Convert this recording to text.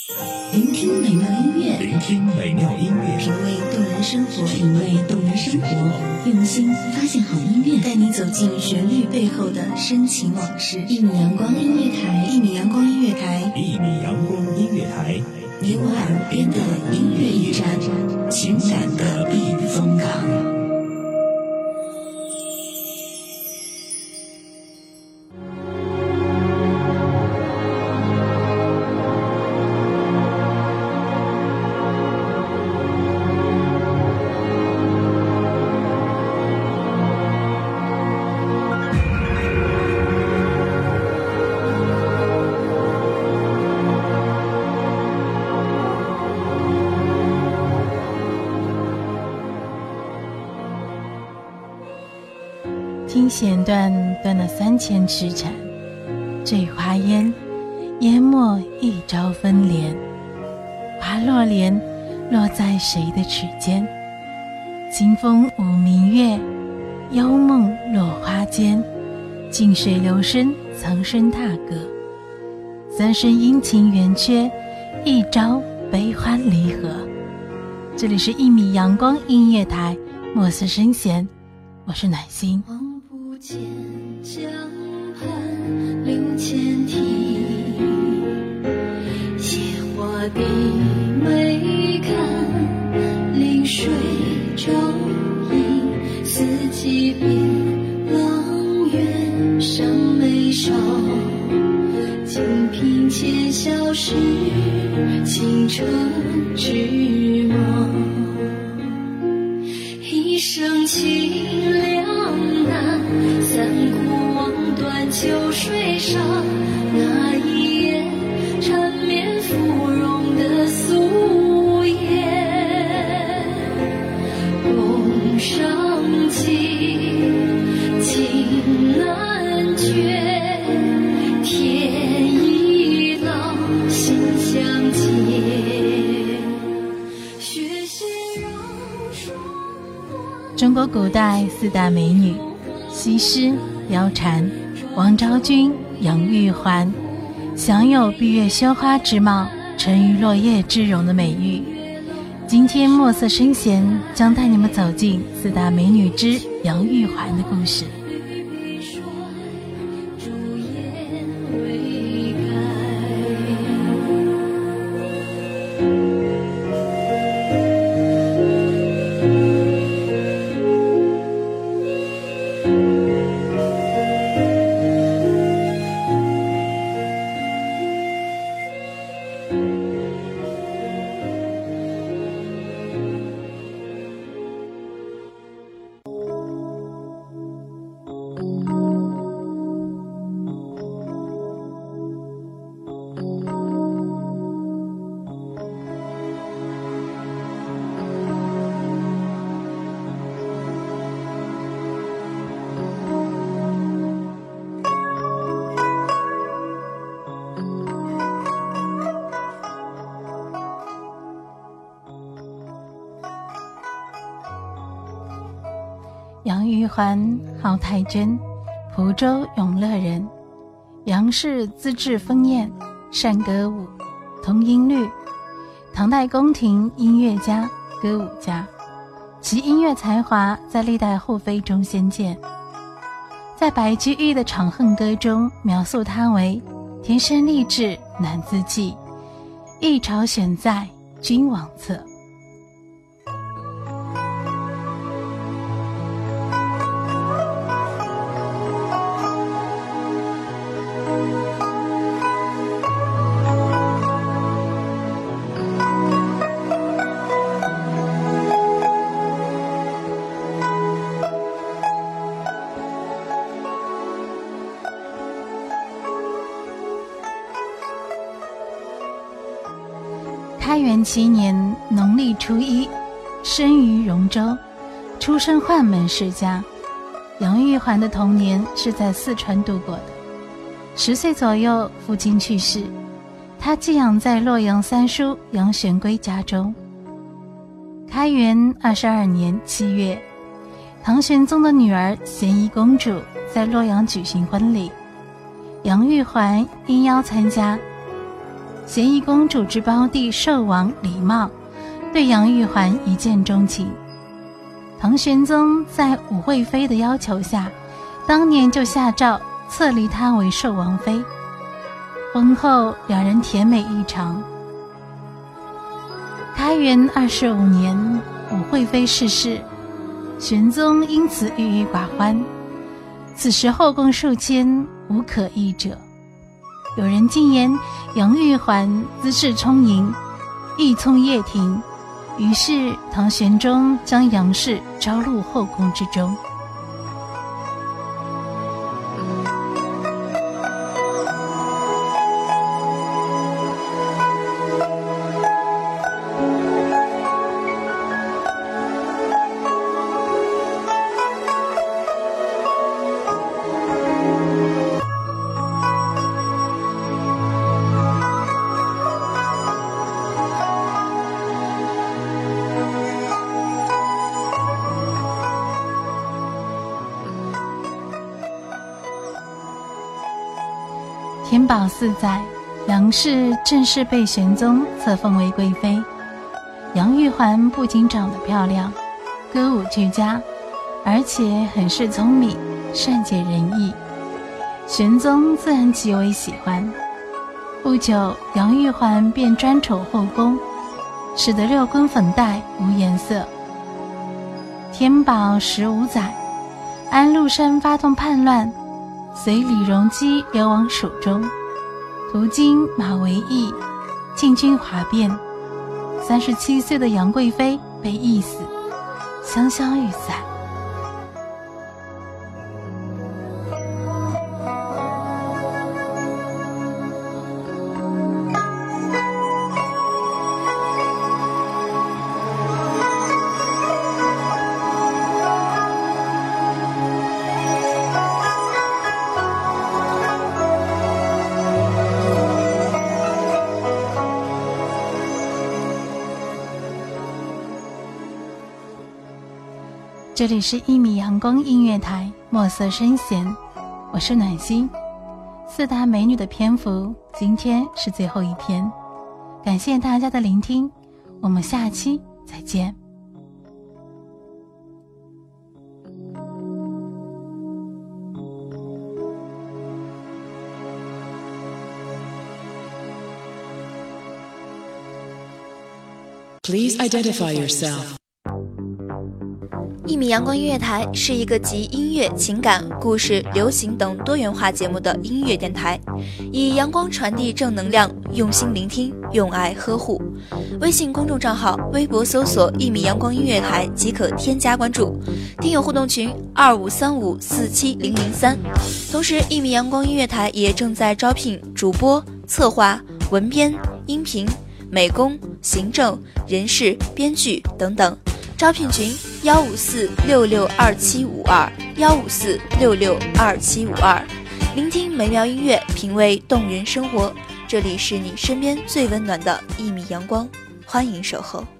聆听美妙音乐， 聆听美妙音乐， 品味动人生活，品味动人生活，用心发现好音乐，带你走进旋律背后的深情往事。一米阳光音乐台，一米阳光音乐台， 一米阳光音乐台， 你我耳边的音乐驿站，情感的避风港。 听弦断了3000尺缠，醉花烟，淹没一朝分莲。花落莲，落在谁的指尖？清风舞明月，幽梦落花间。静水流深，藏身踏歌。三生阴晴圆缺，一朝悲欢离合。这里是一米阳光音乐台，墨色声弦，我是暖心。 见江畔流千堤，野花低眉看，临水照影，四季变，阆苑上眉梢，金瓶前笑时，倾城之梦，一生清凉难，三顾望断秋水上，那一夜缠绵芙蓉的素颜，宫上镜，情难绝，天已老，心相结，雪线绕双弯。 中国古代4大美女，西施、貂蝉、王昭君、杨玉环，享有闭月羞花之貌，沉鱼落雁之容的美誉。今天墨色声弦将带你们走进4大美女之杨玉环的故事。杨玉环号太真，蒲州永乐人。杨氏资质丰艳，善歌舞，通音律，唐代宫廷音乐家、歌舞家，其音乐才华在历代后妃中先见。在白居易的《长恨歌》中描述他为天生丽质难自弃，一朝选在君王侧。开元7年农历初1，生于荣州，出身宦门世家。杨玉环的童年是在四川度过的。10岁左右，父亲去世，他寄养在洛阳三叔杨玄圭家中。开元22年7月，唐玄宗的女儿咸宜公主在洛阳举行婚礼，杨玉环应邀参加。 协义公主之胞弟寿王李瑁对杨玉环一见钟情。唐玄宗在武惠妃的要求下，当年就下诏册立她为寿王妃。婚后两人甜美异常。开元25年，武惠妃逝世，玄宗因此郁郁寡欢。此时后宫数千，无可议者。有人进言杨玉环姿势充盈，意聪掖庭，于是唐玄宗将杨氏招入后宫之中。天宝4载，杨氏正式被玄宗册封为贵妃。杨玉环不仅长得漂亮，歌舞俱佳，而且很是聪明，善解人意，玄宗自然极为喜欢。不久，杨玉环便专宠后宫，使得六宫粉黛无颜色。天宝15载，安禄山发动叛乱，随李隆基流亡蜀中，途经马嵬驿，进军哗变。37岁的杨贵妃被缢死，香消玉散。这里是1米阳光音乐台，墨色声弦，我是暖心。4大美女的篇幅，今天是最后一篇，感谢大家的聆听，我们下期再见。 Please identify yourself. 1米阳光音乐台是一个集音乐、情感、故事、流行等多元化节目的音乐电台，以阳光传递正能量，用心聆听，用爱呵护。微信公众账号、微博搜索1米阳光音乐台即可添加关注，听友互动群2535470003。同时1米阳光音乐台也正在招聘主播、策划、文编、音频、美工、行政、人事、编剧等等。招聘群154662752，154662752。聆听美妙音乐，品味动人生活，这里是你身边最温暖的1米阳光，欢迎守候。